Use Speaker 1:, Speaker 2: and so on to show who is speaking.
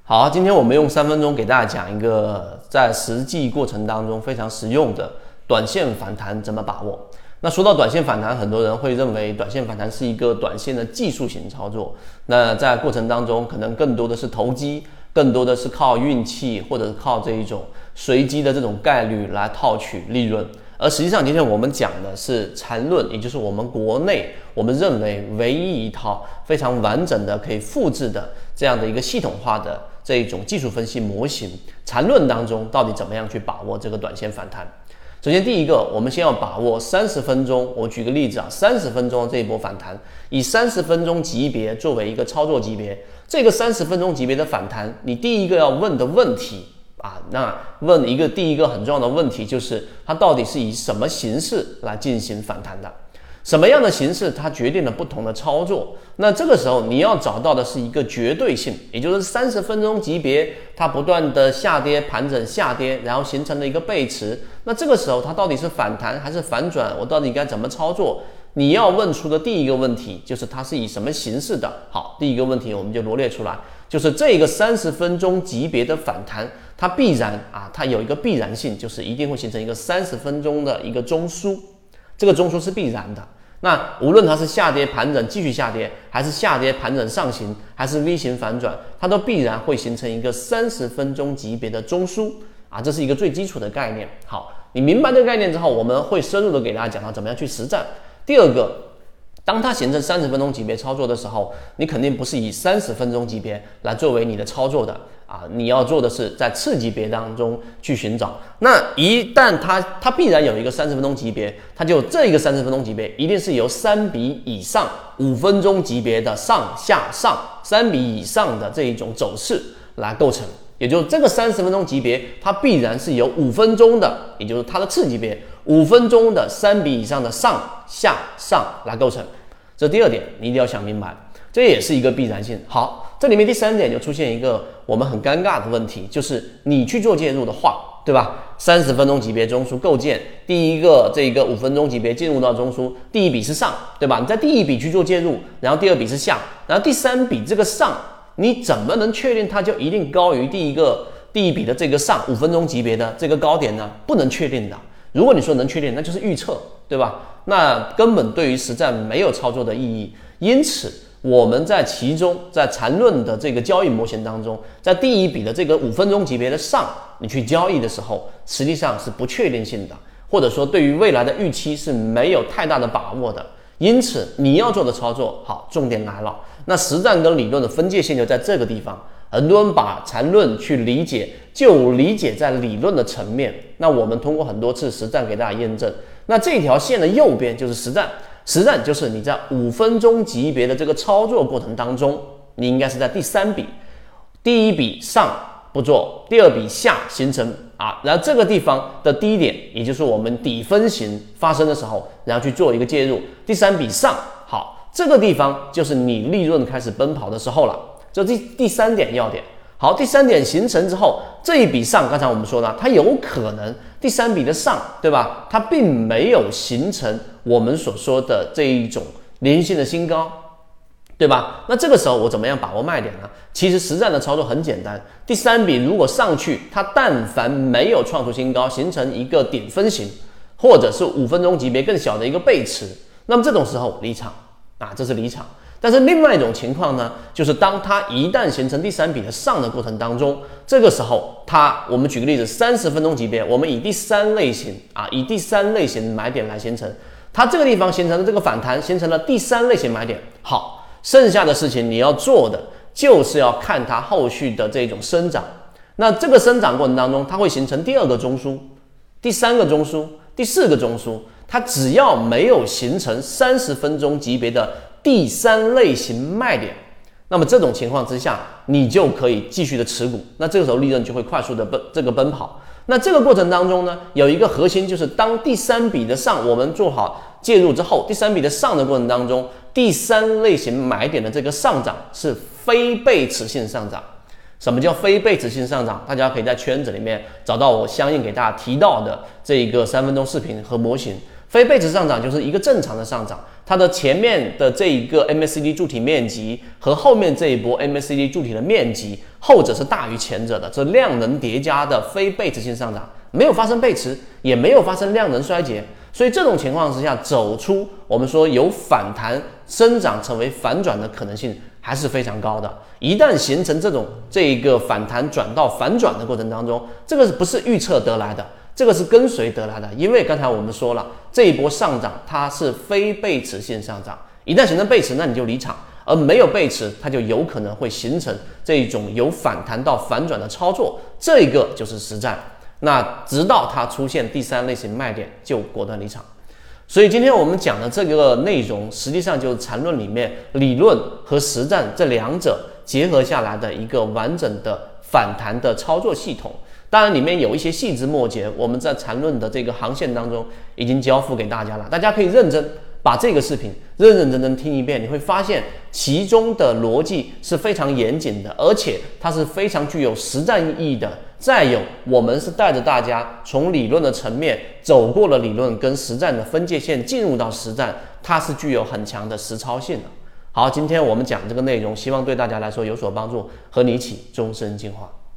Speaker 1: 好，今天我们用3分钟给大家讲一个在实际过程当中非常实用的短线反弹怎么把握。那说到短线反弹，很多人会认为短线反弹是一个短线的技术型操作，那在过程当中可能更多的是投机，更多的是靠运气或者是靠这一种随机的这种概率来套取利润。而实际上今天我们讲的是缠论，也就是我们国内我们认为唯一一套非常完整的可以复制的这样的一个系统化的这一种技术分析模型。缠论当中到底怎么样去把握这个短线反弹？首先第一个，我们先要把握30分钟。我举个例子30分钟这一波反弹，以30分钟级别作为一个操作级别，这个30分钟级别的反弹，你第一个要问的问题那问第一个很重要的问题就是它到底是以什么形式来进行反弹的？什么样的形式它决定了不同的操作。那这个时候你要找到的是一个绝对性，也就是30分钟级别它不断的下跌盘整下跌，然后形成了一个背驰。那这个时候它到底是反弹还是反转？我到底该怎么操作？你要问出的第一个问题就是它是以什么形式的。好，第一个问题我们就罗列出来，就是这个30分钟级别的反弹，它必然它有一个必然性，就是一定会形成一个30分钟的一个中枢，这个中枢是必然的。那无论它是下跌盘整继续下跌，还是下跌盘整上行，还是 V 型反转，它都必然会形成一个30分钟级别的中枢这是一个最基础的概念。好，你明白这个概念之后，我们会深入的给大家讲到怎么样去实战。第二个，当它形成30分钟级别操作的时候，你肯定不是以30分钟级别来作为你的操作的你要做的是在次级别当中去寻找。那一旦它必然有一个30分钟级别，它就这个30分钟级别一定是由3笔以上5分钟级别的上下上3笔以上的这一种走势来构成。也就是这个30分钟级别，它必然是由5分钟的，也就是它的次级别5分钟的3笔以上的上下上来构成。这第二点你一定要想明白，这也是一个必然性。好，这里面第3点就出现一个我们很尴尬的问题，就是你去做介入的话，对吧？30分钟级别中枢构建，第一个这个5分钟级别进入到中枢，第一笔是上，对吧？你在第一笔去做介入，然后第二笔是下，然后第3笔这个上，你怎么能确定它就一定高于第一笔的这个上5分钟级别的这个高点呢？不能确定的。如果你说能确定，那就是预测，对吧？那根本对于实战没有操作的意义。因此我们在其中，在缠论的这个交易模型当中，在第一笔的这个5分钟级别的上，你去交易的时候，实际上是不确定性的，或者说对于未来的预期是没有太大的把握的。因此你要做的操作，好，重点来了。那实战跟理论的分界线就在这个地方。很多人把缠论去理解，就理解在理论的层面。那我们通过很多次实战给大家验证，那这条线的右边就是实战。实战就是你在5分钟级别的这个操作过程当中，你应该是在第3笔，第一笔上不做，第二笔下形成然后这个地方的低点，也就是我们底分型发生的时候，然后去做一个介入，第3笔上，好，这个地方就是你利润开始奔跑的时候了。这第3点要点。好，第3点形成之后，这一笔上，刚才我们说了，它有可能第3笔的上，对吧？它并没有形成我们所说的这一种连续性的新高，对吧？那这个时候我怎么样把握卖点呢？其实实战的操作很简单，第3笔如果上去，它但凡没有创出新高，形成一个顶分型，或者是5分钟级别更小的一个背驰，那么这种时候离场这是离场。但是另外一种情况呢，就是当它一旦形成第3笔的上的过程当中，这个时候我们举个例子，30分钟级别，我们以第3类型买点来形成，它这个地方形成的这个反弹形成了第3类型买点。好，剩下的事情你要做的就是要看它后续的这种生长。那这个生长过程当中，它会形成第2个中枢、第3个中枢、第4个中枢，它只要没有形成30分钟级别的第3类型卖点，那么这种情况之下，你就可以继续的持股，那这个时候利润就会快速的奔跑。那这个过程当中呢，有一个核心就是当第3笔的上我们做好介入之后，第3笔的上的过程当中，第3类型买点的这个上涨是非背驰性上涨。什么叫非背驰性上涨？大家可以在圈子里面找到我相应给大家提到的这一个3分钟视频和模型。非背驰上涨就是一个正常的上涨， 它的前面的这一个 MACD 柱体面积和后面这一波 MACD 柱体的面积，后者是大于前者的，这量能叠加的非背驰性上涨，没有发生背驰，也没有发生量能衰竭，所以这种情况之下，走出我们说由反弹生长成为反转的可能性还是非常高的。一旦形成这一个反弹转到反转的过程当中，这个不是预测得来的，这个是跟随得来的。因为刚才我们说了，这一波上涨它是非背驰性上涨，一旦形成背驰，那你就离场，而没有背驰，它就有可能会形成这种由反弹到反转的操作，这个就是实战。那直到它出现第三类型卖点，就果断离场。所以今天我们讲的这个内容，实际上就是缠论里面理论和实战这两者结合下来的一个完整的反弹的操作系统。当然里面有一些细枝末节，我们在缠论的这个航线当中已经交付给大家了，大家可以认真把这个视频认认真真听一遍，你会发现其中的逻辑是非常严谨的，而且它是非常具有实战意义的。再有，我们是带着大家从理论的层面走过了理论跟实战的分界线，进入到实战，它是具有很强的实操性的。好，今天我们讲这个内容，希望对大家来说有所帮助，和你一起终身进化。